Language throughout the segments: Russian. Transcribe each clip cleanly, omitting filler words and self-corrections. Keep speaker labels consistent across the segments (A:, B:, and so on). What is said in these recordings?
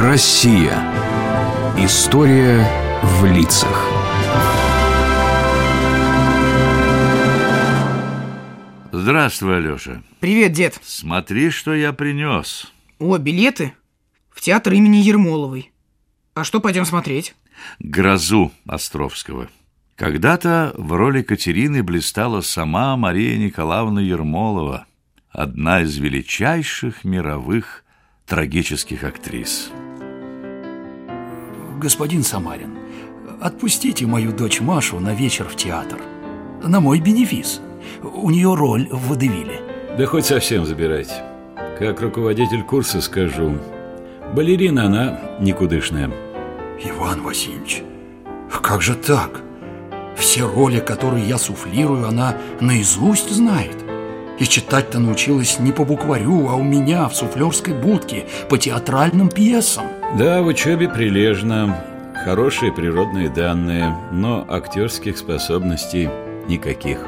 A: Россия. История в лицах.
B: Здравствуй, Алёша.
C: Привет, дед.
B: Смотри, что я принес.
C: О, билеты в театр имени Ермоловой. А что пойдем смотреть?
B: «Грозу» Островского. Когда-то в роли Катерины блистала сама Мария Николаевна Ермолова, одна из величайших мировых трагических актрис.
D: Господин Самарин, отпустите мою дочь Машу на вечер в театр. На мой бенефис. У нее роль в водевиле.
E: Да хоть совсем забирайте. Как руководитель курса скажу, балерина она никудышная.
D: Иван Васильевич, как же так? Все роли, которые я суфлирую, она наизусть знает. И читать-то научилась не по букварю, а у меня в суфлерской будке по театральным пьесам.
E: Да, в учебе прилежно, хорошие природные данные, но актерских способностей никаких.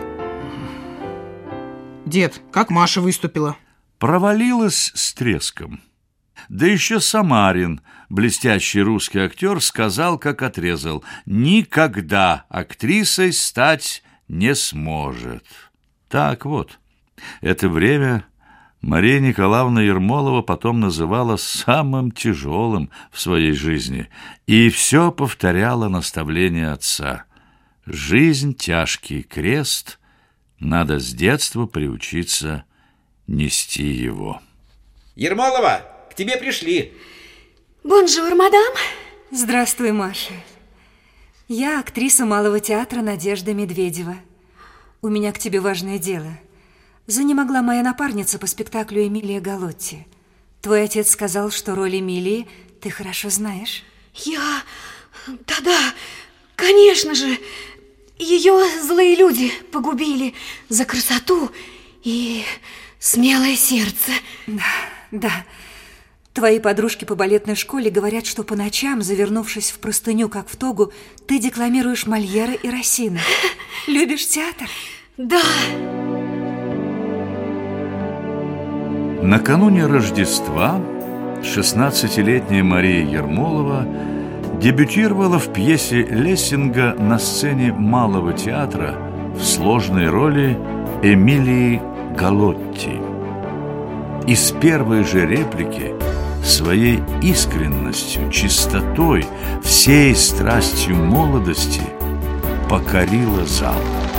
C: Дед, как Маша выступила?
B: Провалилась с треском. Да еще Самарин, блестящий русский актер, сказал, как отрезал: никогда актрисой стать не сможет. Так вот, это время Мария Николаевна Ермолова потом называла самым тяжелым в своей жизни и все повторяла наставление отца: жизнь — тяжкий крест, надо с детства приучиться нести его.
F: Ермолова, к тебе пришли.
G: Бонжур, мадам.
H: Здравствуй, Маша. Я актриса Малого театра Надежда Медведева. У меня к тебе важное дело. Занемогла моя напарница по спектаклю Эмилия Галотти. Твой отец сказал, что роль Эмилии ты хорошо знаешь.
G: Да-да, конечно же. Ее злые люди погубили за красоту и смелое сердце.
H: Да. Твои подружки по балетной школе говорят, что по ночам, завернувшись в простыню, как в тогу, ты декламируешь Мольера и Рассина. Любишь театр?
G: Да.
B: Накануне Рождества 16-летняя Мария Ермолова дебютировала в пьесе Лессинга на сцене Малого театра в сложной роли Эмилии Галотти. И с первой же реплики своей искренностью, чистотой, всей страстью молодости покорила зал.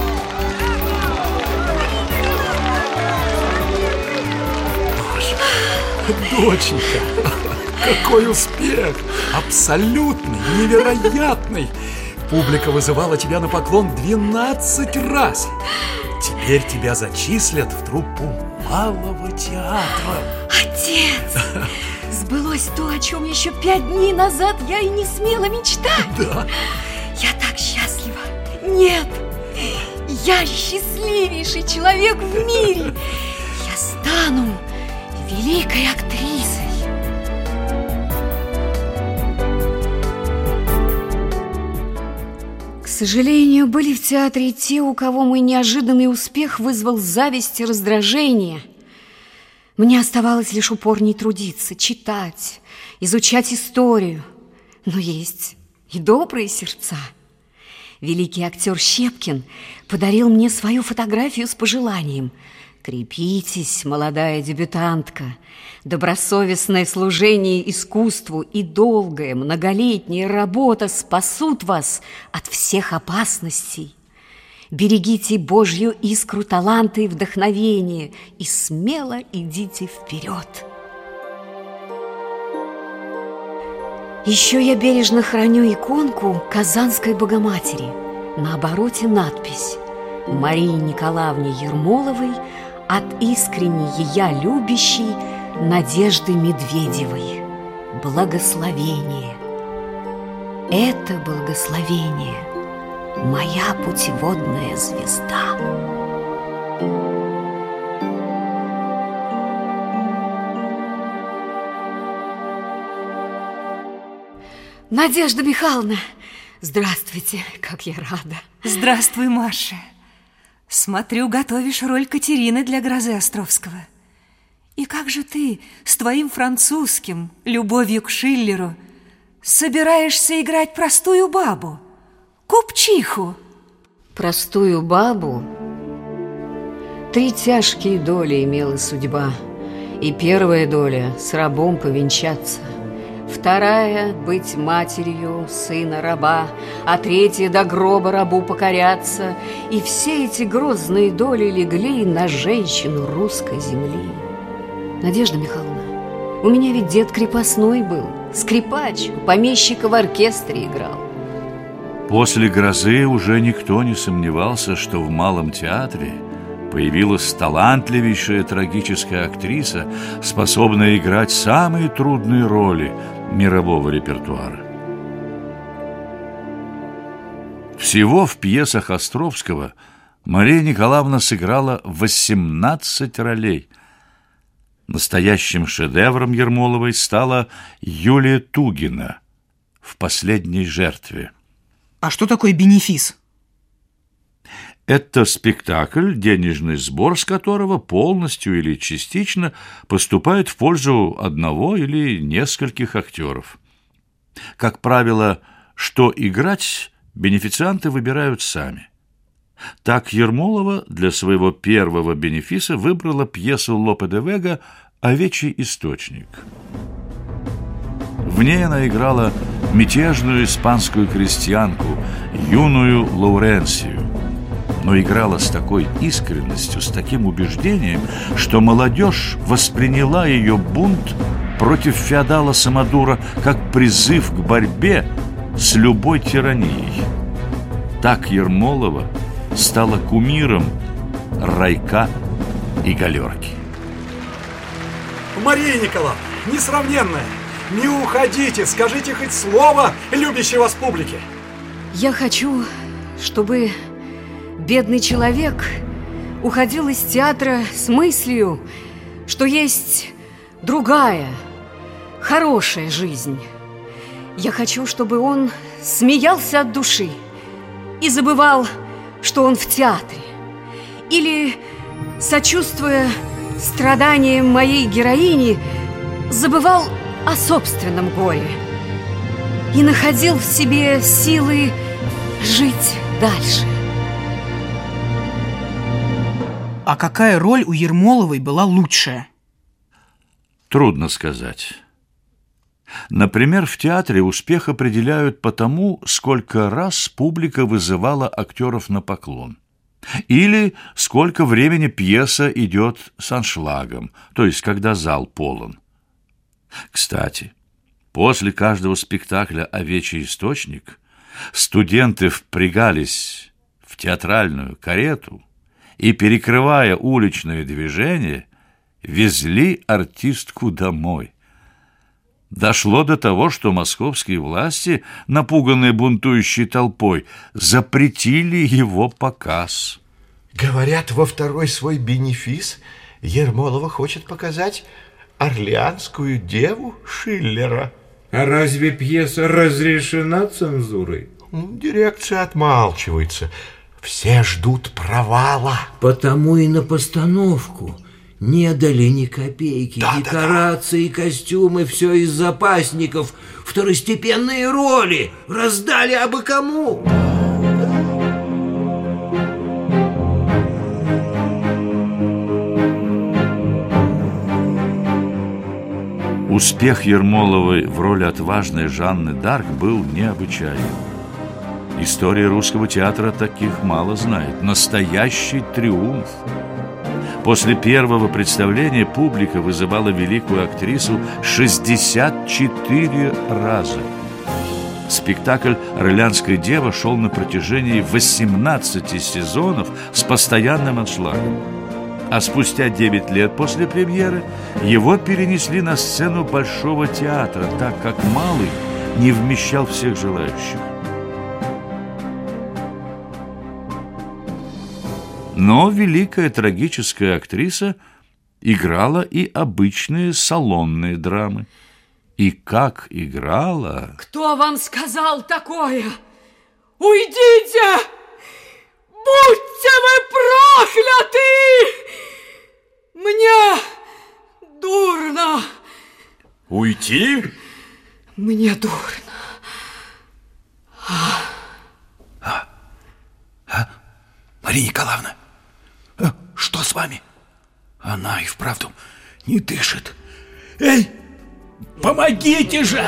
D: Доченька, какой успех! Абсолютный, невероятный! Публика вызывала тебя на поклон 12 раз. Теперь тебя зачислят в труппу Малого театра.
G: Отец! Сбылось то, о чем еще 5 дней назад я и не смела мечтать.
D: Да.
G: Я так счастлива. Нет, я счастливейший человек в мире. Я стану великой актрисой. К сожалению, были в театре и те, у кого мой неожиданный успех вызвал зависть и раздражение. Мне оставалось лишь упорней трудиться, читать, изучать историю. Но есть и добрые сердца. Великий актер Щепкин подарил мне свою фотографию с пожеланием: «Крепитесь, молодая дебютантка, добросовестное служение искусству и долгая многолетняя работа спасут вас от всех опасностей. Берегите Божью искру таланта и вдохновения и смело идите вперед». Еще я бережно храню иконку Казанской Богоматери. На обороте надпись: «Марии Николаевне Ермоловой от искренне ея любящей Надежды Медведевой. Благословение». Это благословение — моя путеводная звезда. Надежда Михайловна, здравствуйте, как я рада.
H: Здравствуй, Маша. Смотрю, готовишь роль Катерины для «Грозы» Островского. И как же ты с твоим французским, любовью к Шиллеру, собираешься играть простую бабу, купчиху?
G: Простую бабу? 3 тяжкие доли имела судьба. И первая доля — с рабом повенчаться, вторая — быть матерью сына раба, а третья — до гроба рабу покоряться. И все эти грозные доли легли на женщину русской земли. Надежда Михайловна, у меня ведь дед крепостной был, скрипач, у помещика в оркестре играл.
B: После «Грозы» уже никто не сомневался, что в Малом театре появилась талантливейшая трагическая актриса, способная играть самые трудные роли мирового репертуара. Всего в пьесах Островского Мария Николаевна сыграла 18 ролей. Настоящим шедевром Ермоловой стала Юлия Тугина в «Последней жертве».
C: А что такое бенефис?
B: Это спектакль, денежный сбор с которого полностью или частично поступает в пользу одного или нескольких актеров. Как правило, что играть бенефицианты выбирают сами. Так Ермолова для своего первого бенефиса выбрала пьесу Лопе де Вега «Овечий источник». В ней она играла мятежную испанскую крестьянку, юную Лауренсию, но играла с такой искренностью, с таким убеждением, что молодежь восприняла ее бунт против феодала Самодура как призыв к борьбе с любой тиранией. Так Ермолова стала кумиром Райка и Галерки.
I: Мария Николаевна, несравненная, не уходите, скажите хоть слово любящей вас публике.
G: Я хочу, чтобы бедный человек уходил из театра с мыслью, что есть другая, хорошая жизнь. Я хочу, чтобы он смеялся от души и забывал, что он в театре. Или, сочувствуя страданиям моей героини, забывал о собственном горе и находил в себе силы жить дальше.
C: А какая роль у Ермоловой была лучшая?
B: Трудно сказать. Например, в театре успех определяют по тому, сколько раз публика вызывала актеров на поклон, или сколько времени пьеса идет с аншлагом, то есть когда зал полон. Кстати, после каждого спектакля «Овечий источник» студенты впрягались в театральную карету и, перекрывая уличное движение, везли артистку домой. Дошло до того, что московские власти, напуганные бунтующей толпой, запретили его показ.
J: Говорят, во второй свой бенефис Ермолова хочет показать Орлеанскую деву Шиллера.
K: А разве пьеса разрешена цензурой?
J: Дирекция отмалчивается. Все ждут провала.
K: Потому и на постановку не дали ни копейки. Декорации, костюмы, все из запасников. Второстепенные роли раздали абы кому.
B: Успех Ермоловой в роли отважной Жанны д'Арк был необычайным. История русского театра таких мало знает. Настоящий триумф. После первого представления публика вызывала великую актрису 64 раза. Спектакль «Орлеанская дева» шел на протяжении 18 сезонов с постоянным аншлагом. А спустя 9 лет после премьеры его перенесли на сцену Большого театра, так как Малый не вмещал всех желающих. Но великая трагическая актриса играла и обычные салонные драмы. И как играла...
G: Кто вам сказал такое? Уйдите! Будьте вы прокляты! Мне Дурно.
B: Уйти?
G: Мне дурно.
D: Мария Николаевна, что с вами? Она и вправду не дышит. Эй, помогите же!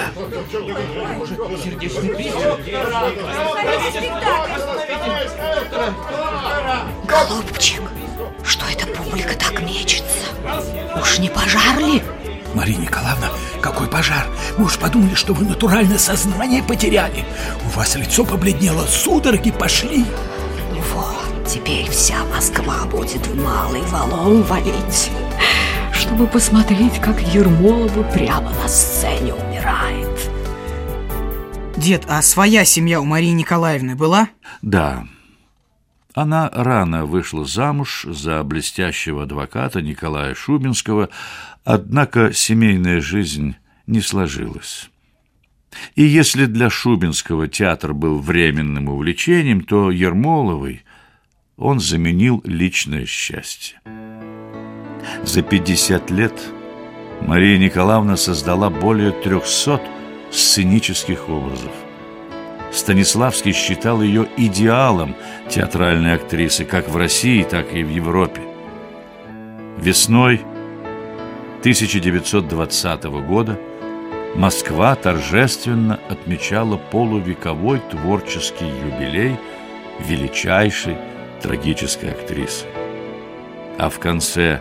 G: Голубчик, что эта публика так мечется? Уж не пожар ли?
D: Мария Николаевна, какой пожар? Мы уж подумали, что вы натуральное сознание потеряли. У вас лицо побледнело, судороги пошли.
G: Вот, теперь вся Москва будет в малый валом валить, чтобы посмотреть, как Ермолова прямо на сцене умирает.
C: Дед, а своя семья у Марии Николаевны была?
B: Да. Она рано вышла замуж за блестящего адвоката Николая Шубинского, однако семейная жизнь не сложилась. И если для Шубинского театр был временным увлечением, то Ермоловой он заменил личное счастье. За 50 лет Мария Николаевна создала более 300 сценических образов. Станиславский считал ее идеалом театральной актрисы как в России, так и в Европе. Весной 1920 года Москва торжественно отмечала полувековой творческий юбилей величайшей трагической актрисы. А в конце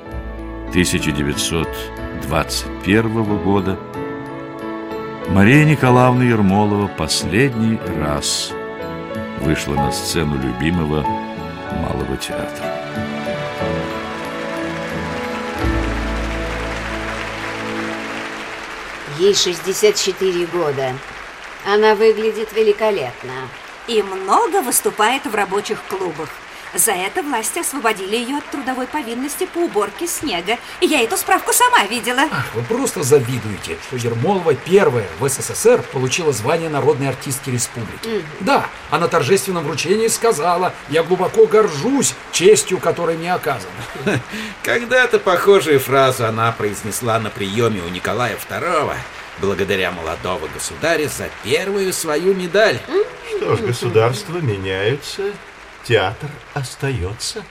B: 1921 года Мария Николаевна Ермолова последний раз вышла на сцену любимого Малого театра.
L: Ей 64 года. Она выглядит великолепно.
H: И много выступает в рабочих клубах. За это власти освободили ее от трудовой повинности по уборке снега. Я эту справку сама видела.
D: Вы просто завидуете, что Ермолова первая в СССР получила звание народной артистки республики. Да, а на торжественном вручении сказала: я глубоко горжусь честью, которой мне оказана.
F: Когда-то похожую фразу она произнесла на приеме у Николая II, благодаря молодого государя за первую свою медаль.
J: Что ж, государства меняются, театр остается.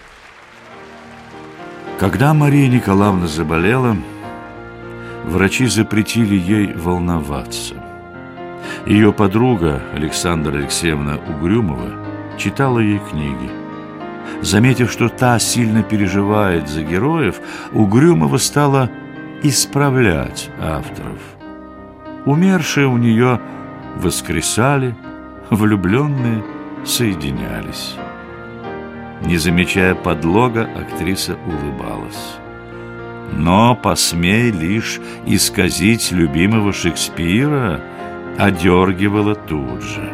B: Когда Мария Николаевна заболела, врачи запретили ей волноваться. Ее подруга Александра Алексеевна Угрюмова читала ей книги. Заметив, что та сильно переживает за героев, Угрюмова стала исправлять авторов. Умершие у нее воскресали, влюбленные соединялись. Не замечая подлога, актриса улыбалась. Но посмей лишь исказить любимого Шекспира, одергивала тут же.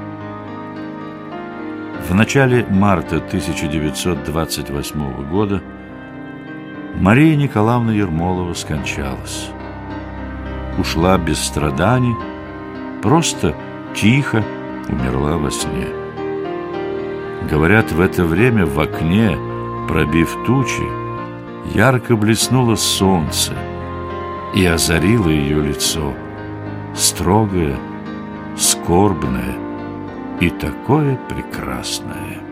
B: В начале марта 1928 года Мария Николаевна Ермолова скончалась. Ушла без страданий, просто тихо умерла во сне. Говорят, в это время в окне, пробив тучи, ярко блеснуло солнце и озарило ее лицо, строгое, скорбное и такое прекрасное.